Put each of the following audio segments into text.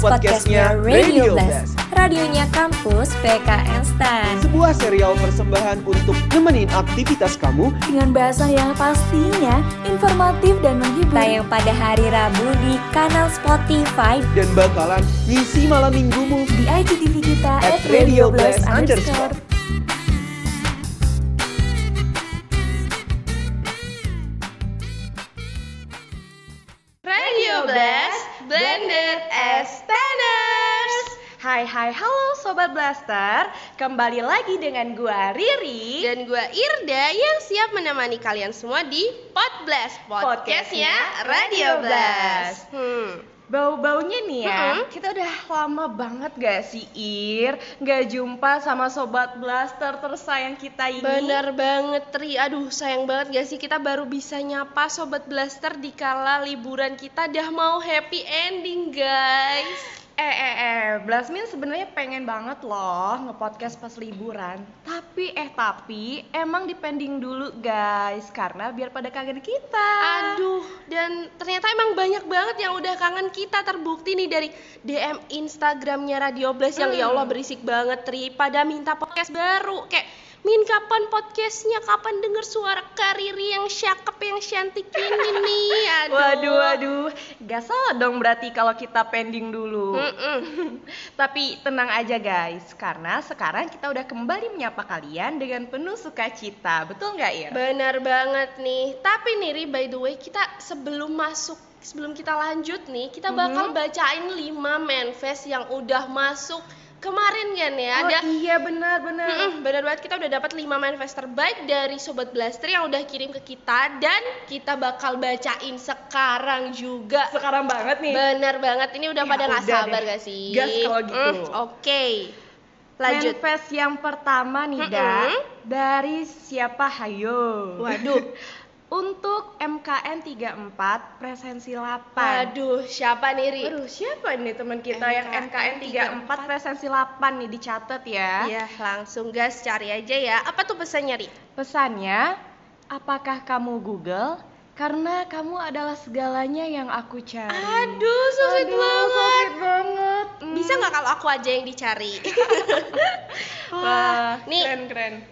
podcastnya Radio Blast. Radionya kampus PKN STAN. Sebuah serial persembahan untuk nemenin aktivitas kamu dengan bahasa yang pastinya informatif dan menghibur. Tayang pada hari Rabu di kanal Spotify dan bakalan ngisi malam minggumu di IGTV kita @radioblast_. Radio Blast, blended as Stanners. Hai, halo Sobat Blaster. Kembali lagi dengan gua Riri dan gua Irda yang siap menemani kalian semua di Podblast, podcastnya Radio Blast. Bau-baunya nih ya, kita udah lama banget gak sih Ir gak jumpa sama Sobat Blaster tersayang kita ini. Bener banget Tri, aduh sayang banget gak sih kita baru bisa nyapa Sobat Blaster di kala liburan kita dah mau happy ending guys. Blasmin sebenarnya pengen banget loh nge-podcast pas liburan. Tapi emang dipending dulu guys, karena biar pada kangen kita. Aduh, dan ternyata emang banyak banget yang udah kangen kita. Terbukti nih dari DM Instagramnya Radio Blast yang ya Allah berisik banget Tri. Pada minta podcast baru, kayak Min kapan podcastnya, kapan denger suara Kariri yang cakep, yang cantik ini nih. Waduh, gak salah dong berarti kalau kita pending dulu. Tapi tenang aja guys, karena sekarang kita udah kembali menyapa kalian dengan penuh sukacita. Betul gak ya? Benar banget nih. Tapi nih Ri, by the way, kita sebelum kita lanjut nih, kita bakal bacain 5 manifest yang udah masuk kemarin kan ya. Iya benar. Benar banget, kita udah dapat 5 manifest terbaik dari Sobat Blaster yang udah kirim ke kita dan kita bakal bacain sekarang juga. Sekarang banget nih. Benar banget, ini udah pada nggak sabar gak sih? Gas kalau gitu. Oke. Lanjut. Manifest yang pertama nih dari siapa? Hayo. Waduh. Untuk MKN 34 presensi 8. Aduh, siapa nih Ri? Aduh, siapa nih teman kita yang MKN 34 presensi 8 nih, dicatat ya. Iya, langsung gas cari aja ya. Apa tuh pesannya Ri? Pesannya, apakah kamu Google? Karena kamu adalah segalanya yang aku cari. Aduh, so sweet banget. Bisa nggak kalau aku aja yang dicari? Wah, nih, keren.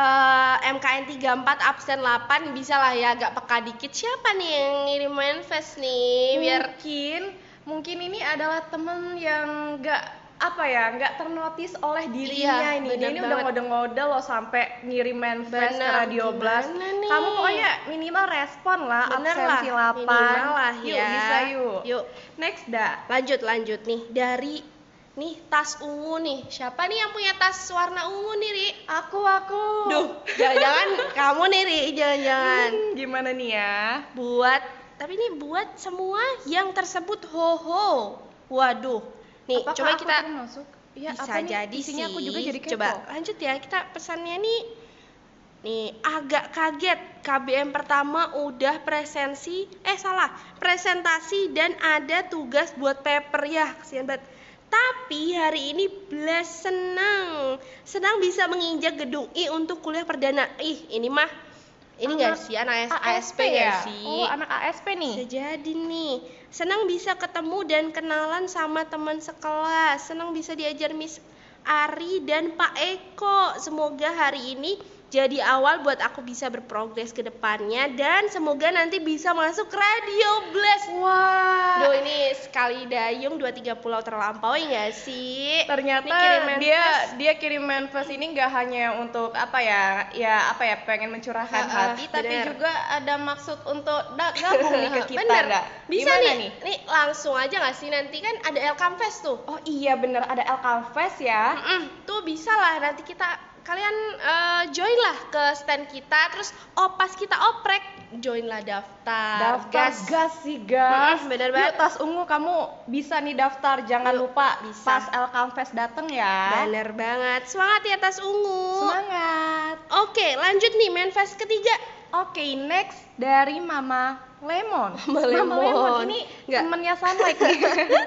MKN 34 absen 8 bisa lah ya, agak peka dikit. Siapa nih yang ngirim manifest nih? Mungkin ini adalah temen yang nggak ternotis oleh dirinya. Ini dia ini udah ngode-ngode loh sampai ngirim manifest ke Radio Blast. Kamu pokoknya minimal respon lah, absensi 8. Minimal lah ya. Yuk, bisa yuk. Next lanjut nih dari nih tas ungu nih. Siapa nih yang punya tas warna ungu nih, Ri? Aku. Duh, jangan kamu nih, Ri. Jangan. Gimana nih ya? Tapi ini buat semua yang tersebut ho. Waduh. Nih, apakah coba kita termasuk? Ya, bisa apa nih? jadi isinya sih. Aku juga jadi kepo. Coba lanjut ya. Kita pesannya nih agak kaget. KBM pertama udah presentasi dan ada tugas buat paper ya. Kasihan banget. Tapi hari ini Blast senang bisa menginjak gedung I untuk kuliah perdana. Ini nggak sih anak ASP ya? sih? Oh, anak ASP nih. Bisa jadi nih. Senang bisa ketemu dan kenalan sama teman sekelas. Senang bisa diajar Miss Ari dan Pak Eko. Semoga hari ini jadi awal buat aku bisa berprogres ke depannya dan semoga nanti bisa masuk Radio Blast. Wah. Duh, ini sekali dayung 2-3 pulau terlampaui nggak sih? Ternyata dia kirim manifest ini nggak hanya untuk pengen mencurahkan hati, tapi juga ada maksud untuk gabung nih ke kita. Bener. Bisa gimana nih langsung aja nggak sih, nanti kan ada Elkam Fest tuh. Oh iya bener, ada Elkam Fest ya. Tuh bisa lah nanti kalian join lah ke stand kita, terus pas kita oprek join lah daftar gas. Bener banget. Tas ungu kamu bisa nih daftar, jangan lupa bisa. Pas Elkam Fest dateng ya. Bener banget, semangat ya tas ungu. Semangat. Oke, lanjut nih manifest ketiga. Oke, next dari Mama Lemon. Mama Lemon ini temennya Sunlight nih.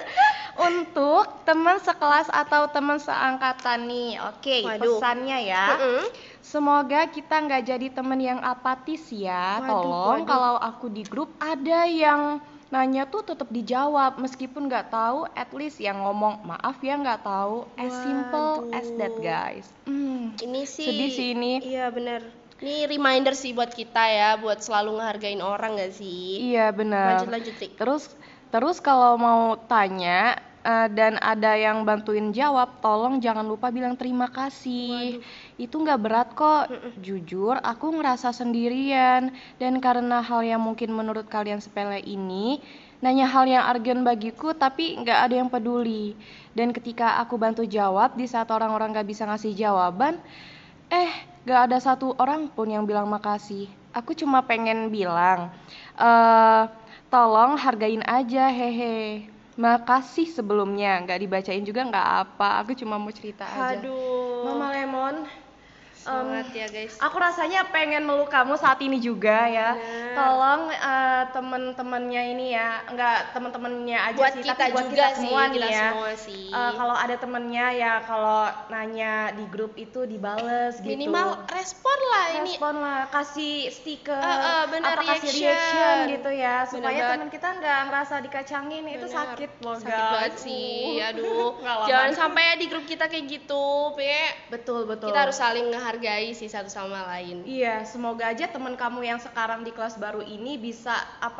Untuk teman sekelas atau teman seangkatan nih. Oke, pesannya ya. Semoga kita nggak jadi teman yang apatis ya. Tolong kalau aku di grup ada yang nanya tuh tetap dijawab meskipun nggak tahu, at least yang ngomong maaf ya nggak tahu, as simple as that guys. Ini sih sedih sih ini. Iya benar. Ini reminder sih buat kita ya, buat selalu ngehargain orang nggak sih? Iya benar. Lanjut Ri. Terus kalau mau tanya dan ada yang bantuin jawab, tolong jangan lupa bilang terima kasih. Itu nggak berat kok. Jujur, aku ngerasa sendirian. Dan karena hal yang mungkin menurut kalian sepele ini, nanya hal yang urgent bagiku, tapi nggak ada yang peduli. Dan ketika aku bantu jawab, di saat orang-orang nggak bisa ngasih jawaban, nggak ada satu orang pun yang bilang makasih. Aku cuma pengen bilang, tolong hargain aja, hehe. Makasih sebelumnya, nggak dibacain juga nggak apa, aku cuma mau cerita aja. Aduh. Mama Lemon, Semangat ya guys. aku rasanya pengen meluk kamu saat ini juga ya. Bener. Tolong temen-temennya ini ya, nggak temen-temennya aja Buat sih, kita tapi buat juga kita semua sih, nih kita ya. semua sih. Kalau ada temennya ya, kalau nanya di grup itu dibales gitu. Minimal respon lah ini. Respon lah, kasih stiker, bener, apa kasih reaction. reaction gitu ya, Bener supaya banget. teman kita nggak ngerasa dikacangin. Itu Bener. sakit loh Sakit guys. banget sih. Aduh. Pengalaman. Jangan sampai ya di grup kita kayak gitu, Pe. Betul. Kita harus saling menghargai sih satu sama lain. Iya, semoga aja teman kamu yang sekarang di kelas baru ini bisa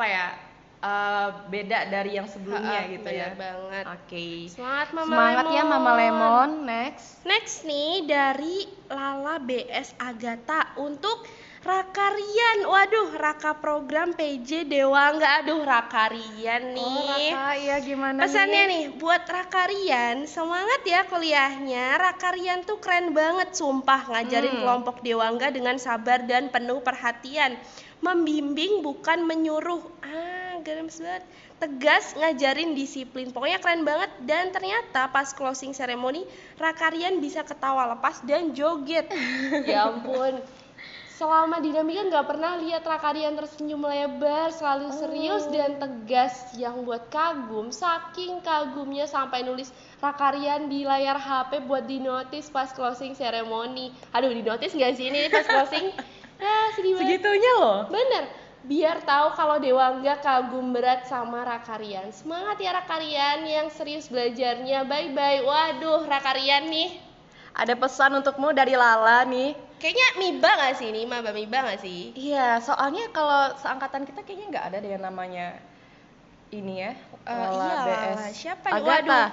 beda dari yang sebelumnya gitu ya. Bener banget. Oke. Semangat Mama Semangat Lemon. ya Mama Lemon. Next nih dari Lala BS Agatha untuk Rakarian. Waduh, Raka program PJ Dewangga. Aduh, Rakarian nih. Oh, Raka, iya gimana Pesannya nih buat Rakarian, semangat ya kuliahnya. Rakarian tuh keren banget sumpah, ngajarin kelompok Dewangga dengan sabar dan penuh perhatian. Membimbing bukan menyuruh. Gemes banget. Tegas ngajarin disiplin. Pokoknya keren banget. Dan ternyata pas closing ceremony, Rakarian bisa ketawa lepas dan joget. Ya ampun. Selama dinamika nggak pernah lihat Rakarian tersenyum lebar, selalu serius dan tegas. Yang buat kagum, saking kagumnya sampai nulis Rakarian di layar HP buat dinotis pas closing ceremony. Aduh, dinotis nggak sih ini pas closing? Sedih banget. Segitunya loh. Bener, biar tahu kalau Dewangga kagum berat sama Rakarian. Semangat ya Rakarian yang serius belajarnya. Bye-bye. Waduh, Rakarian nih. Ada pesan untukmu dari Lala nih. Kayaknya Miba gak sih ini? Maba Miba gak sih? Iya, soalnya kalau seangkatan kita kayaknya nggak ada deh yang namanya ini ya. Lala Iya, BS Lala. Siapa nih? Agatha.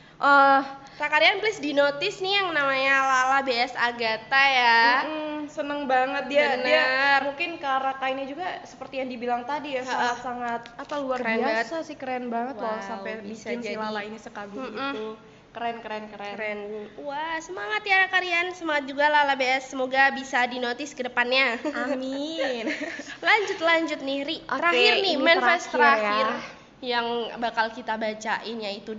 Rakarian please di notice nih yang namanya Lala BS Agatha ya. Seneng banget dia Bener. mungkin Kak Raka ini juga seperti yang dibilang tadi ya, sangat-sangat luar Keren biasa sih, keren banget loh Wow, sampai bisa bikin si jadi. Lala ini sekagum itu. Keren. Keren. Wah, semangat ya Rakarian. Semangat juga Lala BS. Semoga bisa dinotis ke depannya. Amin. Lanjut nih Ri. Oke, Terakhir nih, ini manifest terakhir terakhir yang bakal kita bacain yaitu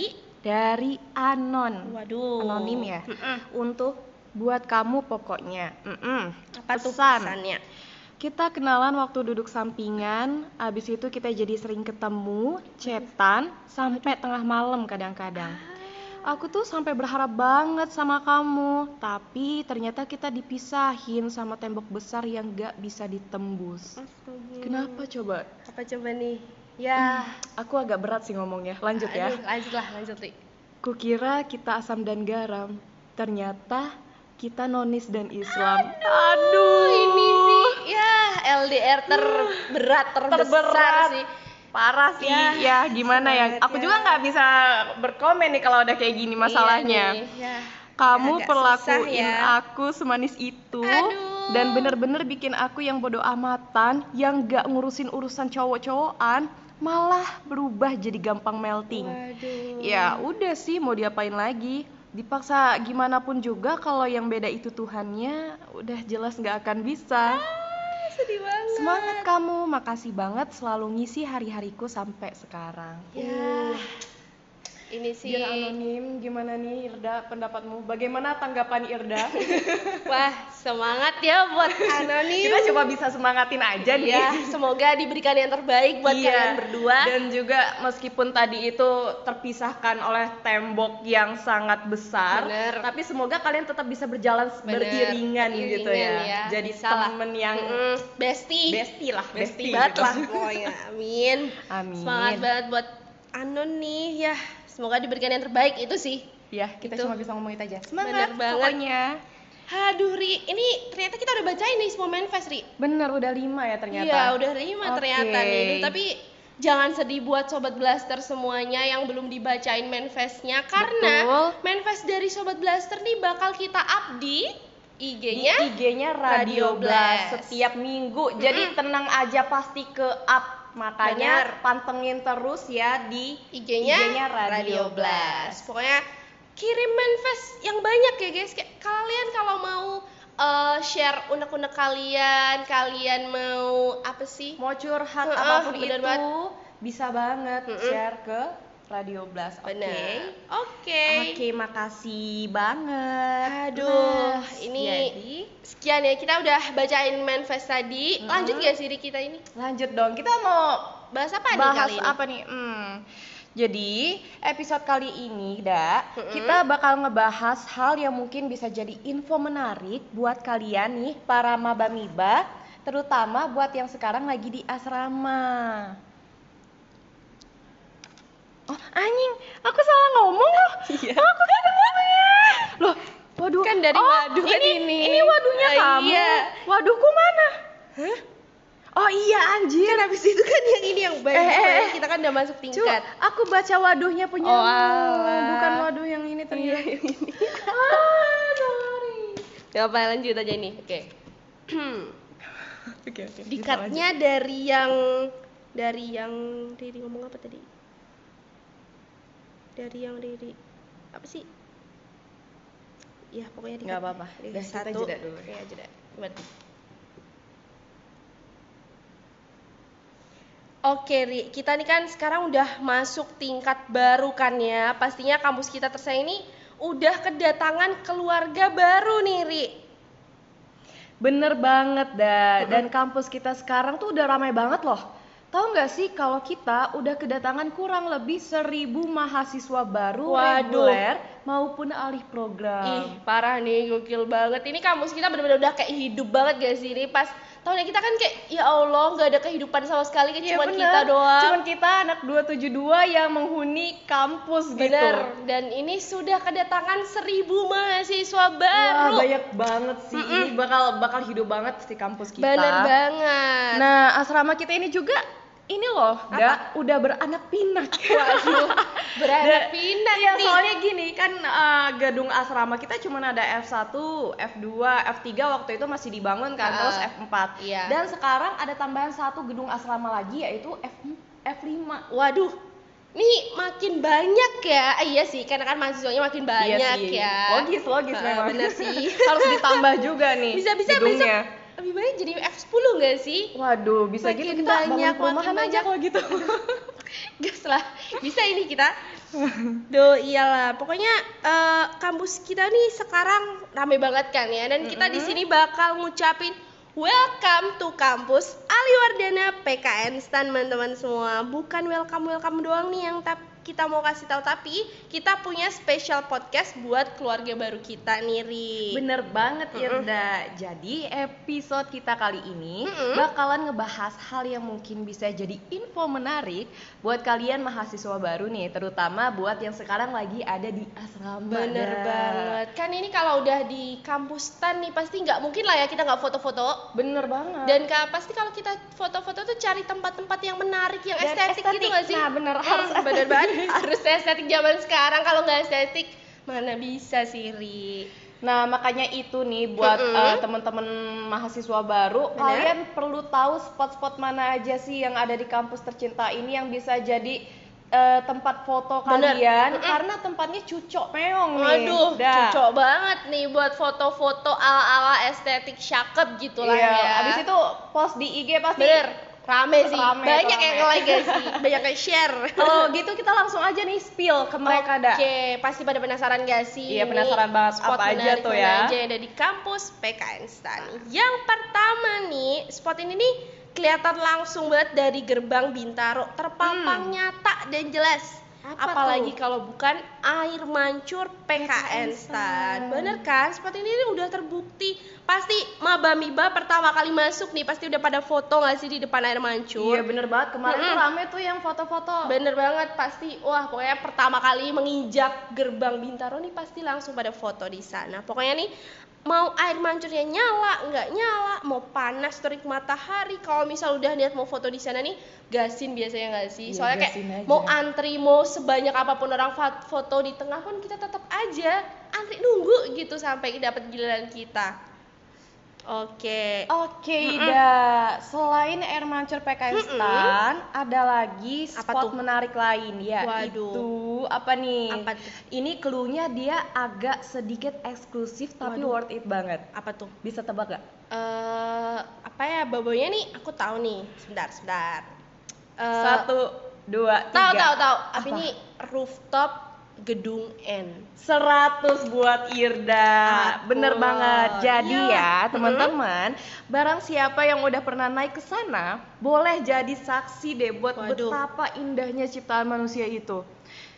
Dari Anon. Waduh. Anonim ya. Untuk buat kamu pokoknya. Apa tuh Pesan. pesannya? Kita kenalan waktu duduk sampingan, abis itu kita jadi sering ketemu, chatan, sampai tengah malam kadang-kadang. Aku tuh sampai berharap banget sama kamu, tapi ternyata kita dipisahin sama tembok besar yang gak bisa ditembus. Kenapa coba? Apa coba nih? Ya, Aku agak berat sih ngomongnya, lanjut ya. Aduh, lanjut Ri. Kukira kita asam dan garam, ternyata kita nonis dan Islam. Ini sih ya LDR terberat terbesar sih. Parah sih, ya gimana ya? Aku juga nggak bisa berkomen nih kalau udah kayak gini masalahnya. Iya nih, ya. Kamu Agak perlakuin susah ya. aku semanis itu, Aduh. dan bener-bener bikin aku yang bodoh amatan, yang nggak ngurusin urusan cowok-cowokan, malah berubah jadi gampang melting. Waduh. Ya udah sih, mau diapain lagi? Dipaksa gimana pun juga, kalau yang beda itu Tuhannya, udah jelas nggak akan bisa. Sedih banget. Semangat kamu, makasih banget selalu ngisi hari-hariku sampai sekarang. Ya. ini sih. Biar anonim, gimana nih Irda pendapatmu? Bagaimana tanggapan Irda? Wah, semangat ya buat anonim. Kita coba bisa semangatin aja nih. Ya, semoga diberikan yang terbaik buat kalian berdua. Dan juga meskipun tadi itu terpisahkan oleh tembok yang sangat besar, tapi semoga kalian tetap bisa berjalan beriringan gitu ya. Jadi temen yang bestie banget lah pokoknya. Amin. Semangat banget buat Anon nih ya. Semoga diberikan yang terbaik itu sih. Ya, kita cuma bisa ngomong itu aja. Semangat banget. Pokoknya. Aduh Ri, ini ternyata kita udah bacain nih semua manifest Ri. Bener, udah 5 ya ternyata. Iya, udah 5 ternyata nih. Tapi jangan sedih buat Sobat Blaster semuanya yang belum dibacain manifestnya. Karena manifest dari Sobat Blaster nih bakal kita up di IG-nya Radio Blast setiap minggu. Jadi tenang aja pasti ke up. Makanya pantengin terus ya di IG-nya Radio Blast. Pokoknya kirim manifest yang banyak ya guys. Kayak kalian kalau mau share unek-unek kalian mau apa sih? Mau curhat apapun itu bisa banget share ke Radio Blast. Oke, makasih banget. Aduh, ini sekian ya, kita udah bacain manifest tadi. Lanjut gak sih kita ini? Lanjut dong. Kita mau bahas apa nih kali ini? Apa nih? Jadi, episode kali ini, kita bakal ngebahas hal yang mungkin bisa jadi info menarik buat kalian nih, para maba-miba, terutama buat yang sekarang lagi di asrama. Oh, anjing, aku salah ngomong loh. Iya. Aku kan ngomongnya. Loh, waduh. Kan dari waduh kan ini. Ini waduhnya kamu. Iya. Waduhku mana? Hah? Oh iya anjir. Kan habis itu kan yang ini yang banyak. Kita kan udah masuk tingkat. Aku baca waduhnya punya. Bukan waduh yang ini ternyata. Iya, yang ini. Sorry. Gak apa, lanjut aja nih. Oke. Dikatnya dari yang Riri ngomong apa tadi? Dari apa sih? Ya pokoknya nggak apa-apa. Kita jeda dulu. Ya jeda. Oke Ri, kita nih kan sekarang udah masuk tingkat baru kan ya. Pastinya kampus kita tersayang ini udah kedatangan keluarga baru nih Ri. Bener banget dan kampus kita sekarang tuh udah ramai banget loh. Tahu nggak sih kalau kita udah kedatangan kurang lebih 1.000 mahasiswa baru reguler maupun alih program. Ih, parah nih, gokil banget. Ini kampus kita benar-benar udah kayak hidup banget gak sih? Ini pas tahunnya kita kan kayak ya Allah nggak ada kehidupan sama sekali, kayak cuma kita doang. Cuman kita anak 272 yang menghuni kampus gitu. Dan ini sudah kedatangan 1.000 mahasiswa baru. Wah, banyak banget sih. Ini bakal hidup banget sih kampus kita. Bener banget. Nah, asrama kita ini juga ini loh, udah beranak pinak. Waduh, beranak pinak ya, nih. Soalnya gini kan gedung asrama kita cuma ada F1, F2, F3 waktu itu masih dibangun kan, terus F4. Iya. Dan sekarang ada tambahan satu gedung asrama lagi yaitu F5. Waduh, nih makin banyak ya. Iya sih, karena kan mahasiswanya makin banyak ya. Logis memang. Bener sih. Harus ditambah juga nih. Bisa gedungnya. Lebih baik jadi F10 gak sih? Waduh, bisa makin gitu kita banyak, bangun perumahan aja kalau gitu. Gas lah, bisa ini kita. Duh iyalah, pokoknya kampus kita nih sekarang rame banget kan ya. Dan kita di sini bakal ngucapin welcome to kampus Aliwardana PKN STAN teman-teman semua. Bukan welcome doang nih yang kita mau kasih tahu, tapi kita punya special podcast buat keluarga baru kita nih Ri. Bener banget Irda. Jadi episode kita kali ini bakalan ngebahas hal yang mungkin bisa jadi info menarik buat kalian mahasiswa baru nih, terutama buat yang sekarang lagi ada di asrama. Bener banget. Kan ini kalau udah di kampus STAN nih pasti nggak mungkin lah ya kita nggak foto-foto. Bener banget. Dan pasti kalau kita foto-foto tuh cari tempat-tempat yang menarik, yang estetik gitu nggak sih? Nah bener, harus bener banget. Harus estetik zaman sekarang, kalau nggak estetik mana bisa sih Ri. Nah makanya itu nih buat teman-teman mahasiswa baru, kalian perlu tahu spot-spot mana aja sih yang ada di kampus tercinta ini yang bisa jadi tempat foto kalian. Karena tempatnya cucok meong nih. Waduh, cucok banget nih buat foto-foto ala-ala estetik cakep gitu lah ya. Abis itu post di IG pasti Rame sih, Rame, banyak rame. yang like gak sih, banyak yang share. Kalau gitu kita langsung aja nih spill ke mereka dah. Oke, pasti pada penasaran gak sih? Iya, Ini penasaran banget. spot Apa aja menarik tuh mana ya? aja yang ada di kampus PKN STAN. Yang pertama nih, spot ini nih kelihatan langsung banget dari gerbang Bintaro, terpampang nyata dan jelas. Apa Apalagi tuh? kalau bukan air mancur PKN STAN. Bener kan? Spot ini udah terbukti. Pasti maba-miba pertama kali masuk nih pasti udah pada foto gak sih di depan air mancur? Iya bener banget, kemarin tuh rame tuh yang foto-foto. Bener banget, pasti wah pokoknya pertama kali menginjak gerbang Bintaro nih pasti langsung pada foto di sana. Pokoknya nih mau air mancurnya nyala nggak nyala, mau panas terik matahari, kalau misal udah niat mau foto di sana nih gasin biasanya nggak sih? Iya, Soalnya gasin kayak aja. mau antri mau sebanyak apapun orang foto di tengah pun kita tetap aja antri nunggu gitu sampai dapat giliran kita. Oke. Oke, Ida. Selain air mancur PKN STAN, ada lagi Apa spot tuh? menarik lain ya. Waduh. Itu apa nih? Apa tuh? Ini clue-nya dia agak sedikit eksklusif tapi worth it banget. Apa tuh? Bisa tebak gak? Apa ya babonya nih? Aku tahu nih. Sebentar. 1, 2, 3. Tahu. Apa Apa? ini rooftop gedung N. 100 buat Irda. Aduh. Bener banget. Jadi Iya. ya, teman-teman, barang siapa yang udah pernah naik ke sana, boleh jadi saksi deh buat Waduh. betapa indahnya ciptaan manusia itu.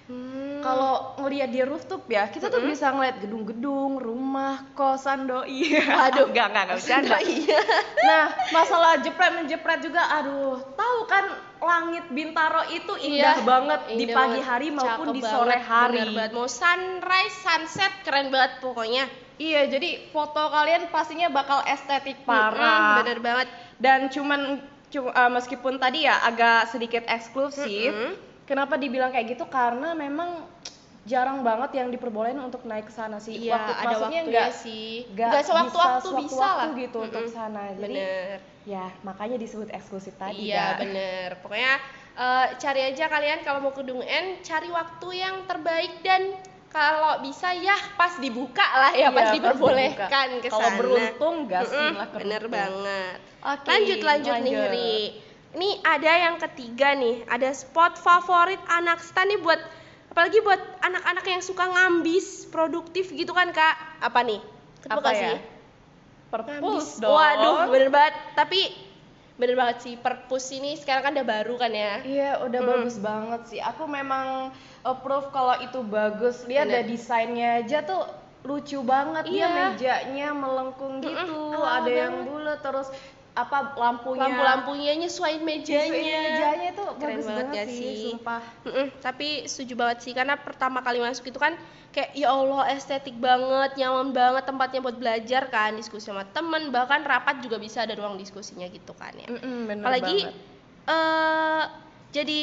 Kalau ngelihat di rooftop ya, kita tuh bisa ngeliat gedung-gedung, rumah, kosan doi. Waduh. Enggak bercanda. Iya. Nah, masalah jepret-menjepret juga, aduh, tahu kan langit Bintaro itu indah banget di Indah pagi banget. hari maupun Cakep di sore banget, hari. bener banget. Mau sunrise, sunset keren banget pokoknya. Iya, jadi foto kalian pastinya bakal estetik parah. Bener banget. Dan meskipun tadi ya agak sedikit eksklusif, kenapa dibilang kayak gitu? Karena memang jarang banget yang diperbolehin untuk naik ke sana sih. Iya, ada maksudnya waktunya sih. nggak Nggak sewaktu-waktu bisa bisa lah. gitu untuk ke sana. Jadi Bener. ya makanya disebut eksklusif tadi. Iya Dak. bener. Pokoknya cari aja kalian kalau mau ke gedung N, cari waktu yang terbaik dan kalau bisa ya pas dibuka lah ya, Iya, pas pas diperbolehkan ke sana. Kalau beruntung gasin lah ke bener rooftop. banget. Oke, Lanjut nih Ri. Ini ada yang ketiga nih, ada spot favorit anak STAN nih buat apalagi buat anak-anak yang suka ngambis, produktif gitu kan Kak. Apa nih? Ketebak Apa nggak ya? sih? Perpus Ngambis. dong. Waduh, bener banget. Tapi bener banget sih, perpus ini sekarang kan udah baru kan ya. Iya, udah bagus banget sih. Aku memang approve kalau itu bagus. Lihat Bener. ada desainnya aja tuh lucu banget. Dia Iya. mejanya melengkung gitu, ala-ala ada yang banget. bulat, terus apa lampunya. Lampu-lampunya nyesuaiin mejanya. Mejanya itu Keren bagus banget banget gak sih, sih? sumpah. Tapi setuju banget sih karena pertama kali masuk itu kan kayak ya Allah estetik banget, nyaman banget tempatnya buat belajar kan, diskusi sama temen, bahkan rapat juga bisa ada ruang diskusinya gitu kan ya. Bener Apalagi banget. jadi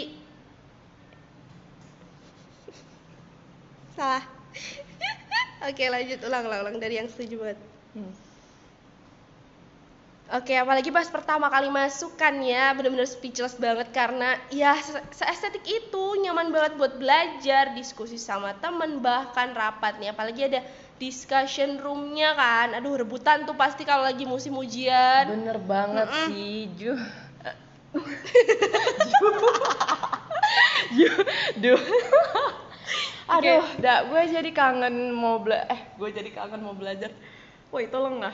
salah. Oke lanjut ulang dari yang setuju banget. Oke, apalagi pas pertama kali masuk kan ya, bener-bener speechless banget karena ya seestetik itu, nyaman banget buat belajar, diskusi sama temen, bahkan rapat nih. Apalagi ada discussion roomnya kan, aduh rebutan tuh pasti kalau lagi musim ujian. Bener banget sih, Ju. Aduh, gue jadi kangen mau belajar. Woi, tolong lah.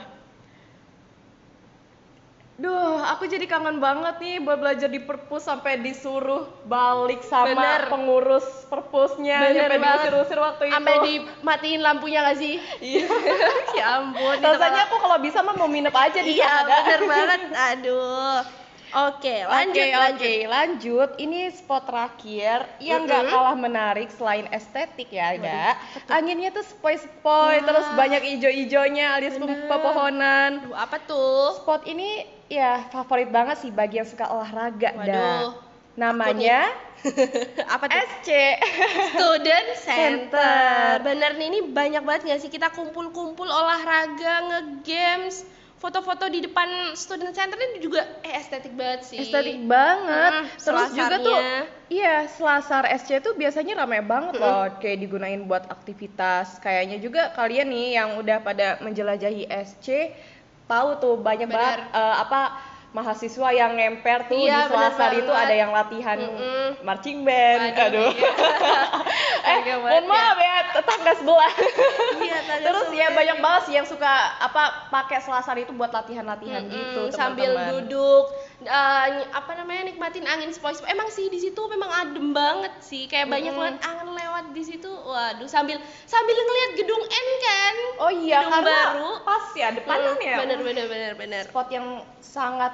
Duh, aku jadi kangen banget nih buat belajar di perpus sampai disuruh balik sama Bener. pengurus perpusnya, Bener sampai banget. diusir-usir waktu itu. Sampai dimatiin lampunya gak sih? Iya. Ya ampun. itu Rasanya kalau- aku kalau bisa mah mau nginep aja di Iya sana. bener banget. Aduh. Oke, lanjut. Oke, lanjut. Ini spot terakhir yang nggak kalah menarik selain estetik ya, ada. Anginnya tuh sepoi-sepoi, terus banyak ijo-ijonya alias pepohonan. Aduh, apa tuh? Spot ini ya favorit banget sih bagi yang suka olahraga, Waduh. dah. Namanya Apa tuh? SC. Student Center. Bener nih, ini banyak banget gak sih kita kumpul-kumpul olahraga, nge-games, foto-foto di depan Student Center ini juga estetik banget sih. Estetik banget. Terus juga tuh, selasarnya. iya, selasar SC tuh biasanya rame banget loh, kayak digunain buat aktivitas. Kayaknya juga kalian nih yang udah pada menjelajahi SC tahu tuh banyak Bener. banget mahasiswa yang ngemper tuh Iya, di Selasar bener itu banget. ada yang latihan marching band. Aduh, Iya. Mohon maaf ya tetangga sebelah. Iya, tadi Terus ya sebenarnya. banyak banget sih yang suka pakai Selasar itu buat latihan-latihan gitu sambil teman-teman. duduk nikmatin angin sepoi-sepoi. Emang sih di situ memang adem banget sih, kayak banyak banget angin lewat di situ. Waduh, sambil ngelihat gedung N kan. Oh iya, gedung karena baru pas ya depannya ya. bener Spot yang sangat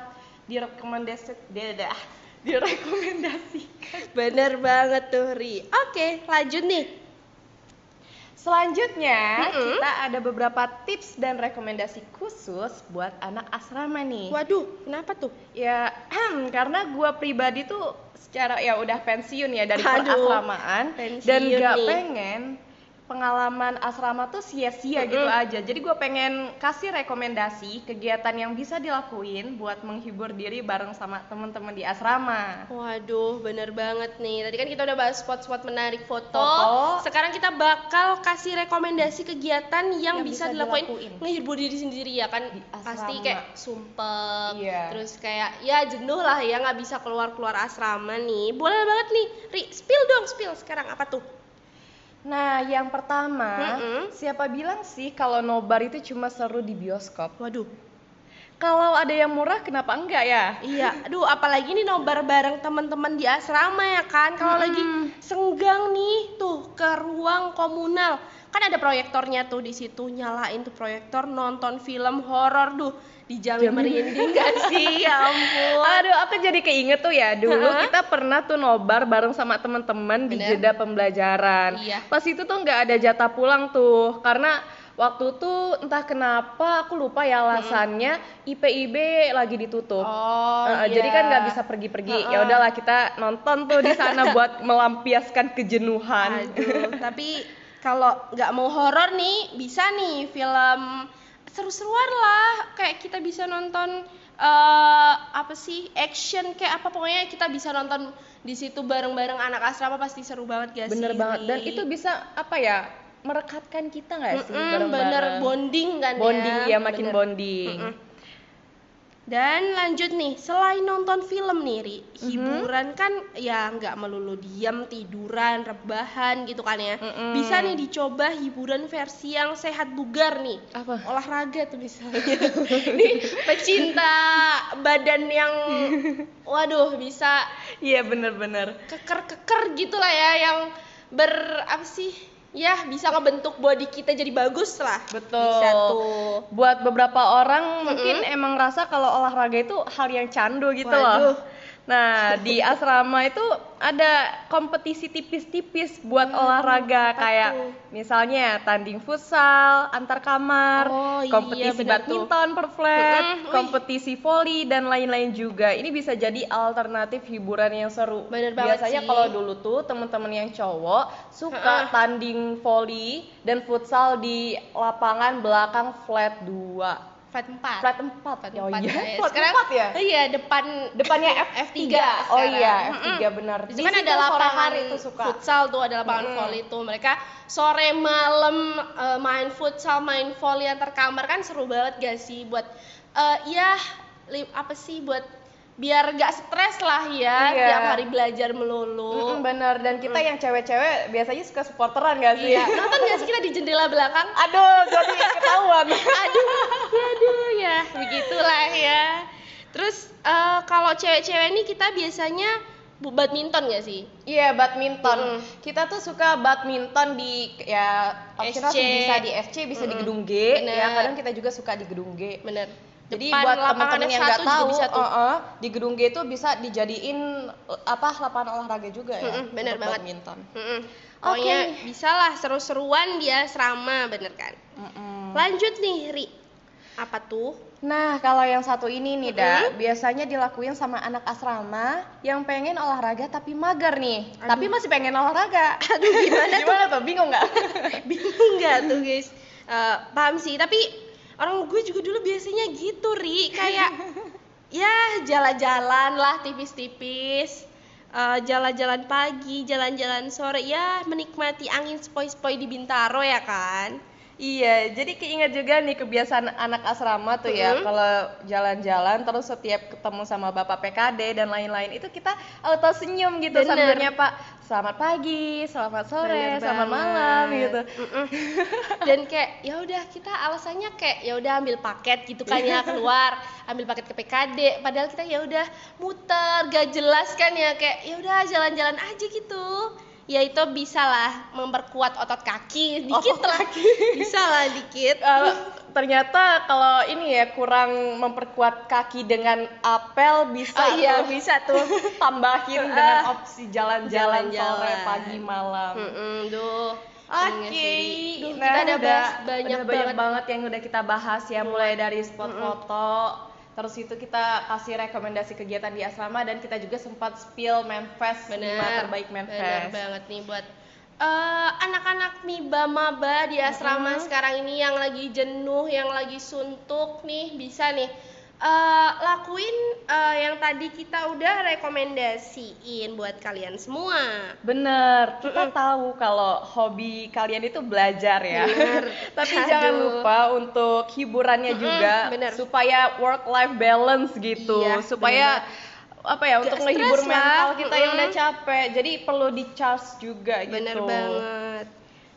direkomendasikan. bener banget tuh Ri. Oke, lanjut nih. Selanjutnya kita ada beberapa tips dan rekomendasi khusus buat anak asrama nih. Waduh, kenapa tuh? Ya, karena gue pribadi tuh secara ya udah pensiun ya dari Aduh, perasramaan pensiun dan gak nih. pengen pengalaman asrama tuh sia-sia gitu aja. Jadi gue pengen kasih rekomendasi kegiatan yang bisa dilakuin buat menghibur diri bareng sama temen-temen di asrama. Waduh, bener banget nih. Tadi kan kita udah bahas spot-spot menarik foto. Sekarang kita bakal kasih rekomendasi kegiatan yang bisa dilakuin menghibur diri sendiri ya kan. Pasti kayak sumpek, terus kayak ya jenuh lah ya nggak bisa keluar asrama nih. Boleh banget nih, Ri, spill sekarang apa tuh? Nah, yang pertama, siapa bilang sih kalau nobar itu cuma seru di bioskop? Waduh. Kalau ada yang murah, kenapa enggak ya? Iya, aduh apalagi nih nobar bareng teman-teman di asrama ya kan. Kalau lagi senggang nih tuh ke ruang komunal. Kan ada proyektornya tuh di situ, nyalain tuh proyektor nonton film horor tuh. Dijamin merinding gak sih? Ya ampun. Aduh, aku jadi keinget tuh ya, dulu kita pernah tuh nobar bareng sama teman-teman di jeda pembelajaran. Iya. Pas itu tuh nggak ada jatah pulang tuh, karena waktu tuh entah kenapa aku lupa ya alasannya, IPIB lagi ditutup. Iya. Jadi kan nggak bisa pergi-pergi. Ya udahlah kita nonton tuh di sana buat melampiaskan kejenuhan. Aduh, tapi kalau nggak mau horor nih, bisa nih film seru-seruan lah. Kayak kita bisa nonton action kayak apa, pokoknya kita bisa nonton di situ bareng-bareng anak asrama, pasti seru banget gak sih? Bener banget. Dan itu bisa merekatkan kita nggak sih bareng-bareng? Bener, bonding kan ya, makin bonding. Dan lanjut nih, selain nonton film nih Ri, hiburan kan ya nggak melulu diam, tiduran, rebahan gitu kan ya. Bisa nih dicoba hiburan versi yang sehat bugar nih. Apa? Olahraga tuh misalnya. Nih pecinta badan yang waduh bisa Iya bener-bener keker gitu lah ya, yang bisa ngebentuk body kita jadi bagus lah. Betul. Bisa tuh. Buat beberapa orang mungkin emang rasa kalau olahraga itu hal yang candu gitu loh. Nah, di asrama itu ada kompetisi tipis-tipis buat olahraga kayak misalnya tanding futsal antar kamar, kompetisi badminton per flat, kompetisi voli dan lain-lain juga. Ini bisa jadi alternatif hiburan yang seru. Biasanya kalau dulu tuh teman-teman yang cowok suka tanding voli dan futsal di lapangan belakang flat 2. Flat 4. Oh iya. Flat 4 ya? Iya, depannya F3. Oh iya, F3 benar. Di kan ada lapangan futsal tuh, ada lapangan volley tuh. Mereka sore malam main futsal, main volley antar kamar, kan seru banget gak sih buat buat biar gak stres lah ya, tiap hari belajar melulu. Bener, dan kita yang cewek-cewek biasanya suka supporteran gak sih? Iya, nonton gak sih kita di jendela belakang? Aduh, jadi ketahuan. Aduh ya, begitulah ya. Terus kalau cewek-cewek ini kita biasanya badminton gak sih? Iya, badminton. Kita tuh suka badminton di optional bisa di FC, bisa di gedung G. Ya, kadang kita juga suka di gedung G. Bener. Jadi Depan buat teman-teman yang nggak tahu, di gedung G itu bisa dijadiin lapangan olahraga juga ya. Bener banget. Badminton. Pokoknya bisa lah seru-seruan di asrama, bener kan? Lanjut nih Ri, apa tuh? Nah, kalau yang satu ini nih biasanya dilakuin sama anak asrama yang pengen olahraga tapi mager nih. Tapi masih pengen olahraga. Aduh, gimana tuh? Bingung nggak? Bingung nggak tuh guys? Paham sih, tapi orang gue juga dulu biasanya gitu Ri, kayak ya jalan-jalan lah tipis-tipis, jalan-jalan pagi, jalan-jalan sore, ya menikmati angin sepoi-sepoi di Bintaro ya kan. Iya, jadi keinget juga nih kebiasaan anak asrama tuh ya, kalau jalan-jalan terus setiap ketemu sama bapak PKD dan lain-lain itu kita auto senyum gitu sambil nyapa selamat pagi, selamat sore, selamat malam gitu. Dan kayak ya udah kita alasannya kayak ya udah ambil paket gitu kan ya, keluar ambil paket ke PKD, padahal kita ya udah muter gak jelas kan ya, kayak ya udah jalan-jalan aja gitu. Ya itu bisa lah memperkuat otot kaki dikit lah. Bisa lah dikit. Ternyata kalau ini ya kurang memperkuat kaki dengan apel bisa bisa tuh tambahin dengan opsi jalan-jalan sore, pagi, malam. Oke. Kita ada banyak banget yang udah kita bahas ya, mulai dari spot foto. Terus itu kita kasih rekomendasi kegiatan di asrama dan kita juga sempat spill Manfest, 5 terbaik Manfest. Bener banget nih buat anak-anak maba-maba di asrama sekarang ini yang lagi jenuh, yang lagi suntuk nih, bisa nih lakuin yang tadi kita udah rekomendasiin buat kalian semua. Bener, kita tahu kalau hobi kalian itu belajar ya. Tapi jangan lupa untuk hiburannya juga, supaya work-life balance gitu, supaya untuk menghibur mental kita yang udah capek. Jadi perlu di-charge juga gitu. Bener banget.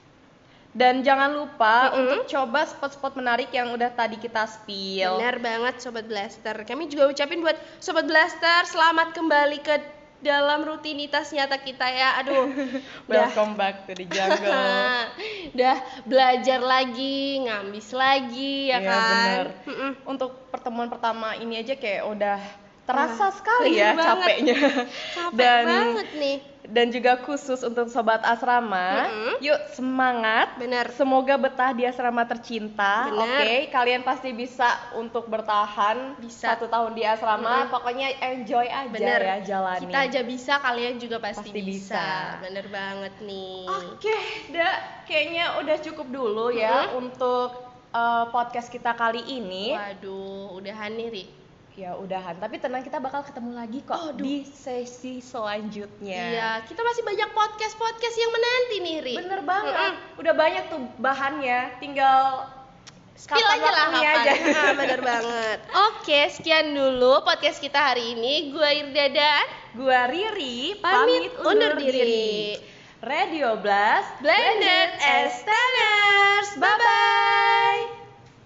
Dan jangan lupa untuk coba spot-spot menarik yang udah tadi kita spill. Benar banget Sobat Blaster. Kami juga ucapin buat Sobat Blaster, selamat kembali ke dalam rutinitas nyata kita ya. Aduh, welcome back to the jungle. Udah belajar lagi, ngambis lagi ya kan. Bener. Untuk pertemuan pertama ini aja kayak udah terasa sekali ya capeknya. Capek banget nih. Dan juga khusus untuk sobat asrama, yuk semangat. Bener. Semoga betah di asrama tercinta. Oke, kalian pasti bisa untuk bertahan 1 tahun di asrama. Pokoknya enjoy aja ya jalani. Kita aja bisa, kalian juga pasti bisa. Bener banget nih. Oke, kayaknya udah cukup dulu ya untuk podcast kita kali ini. Waduh, udahan nih Ri. Ya udahan, tapi tenang, kita bakal ketemu lagi kok di sesi selanjutnya. Iya, kita masih banyak podcast yang menanti nih Ri. Bener banget, udah banyak tuh bahannya, tinggal spill aja lah kapan. Bener banget. Oke, sekian dulu podcast kita hari ini. Gua Irda dan gua Riri pamit undur diri. Radio Blast, Blended as Stanners. Bye-bye.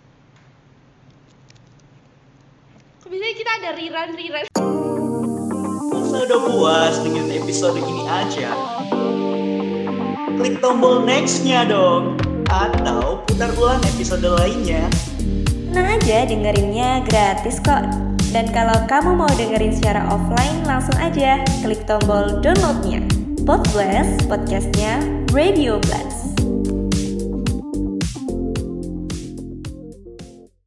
Biasanya kita ada rerun. Masa udah puas dengan episode ini aja? Klik tombol next-nya dong, atau putar ulang episode lainnya. Tenang aja, dengerinnya gratis kok. Dan kalau kamu mau dengerin secara offline, langsung aja klik tombol download-nya. Podcast, podcastnya Radio Blast.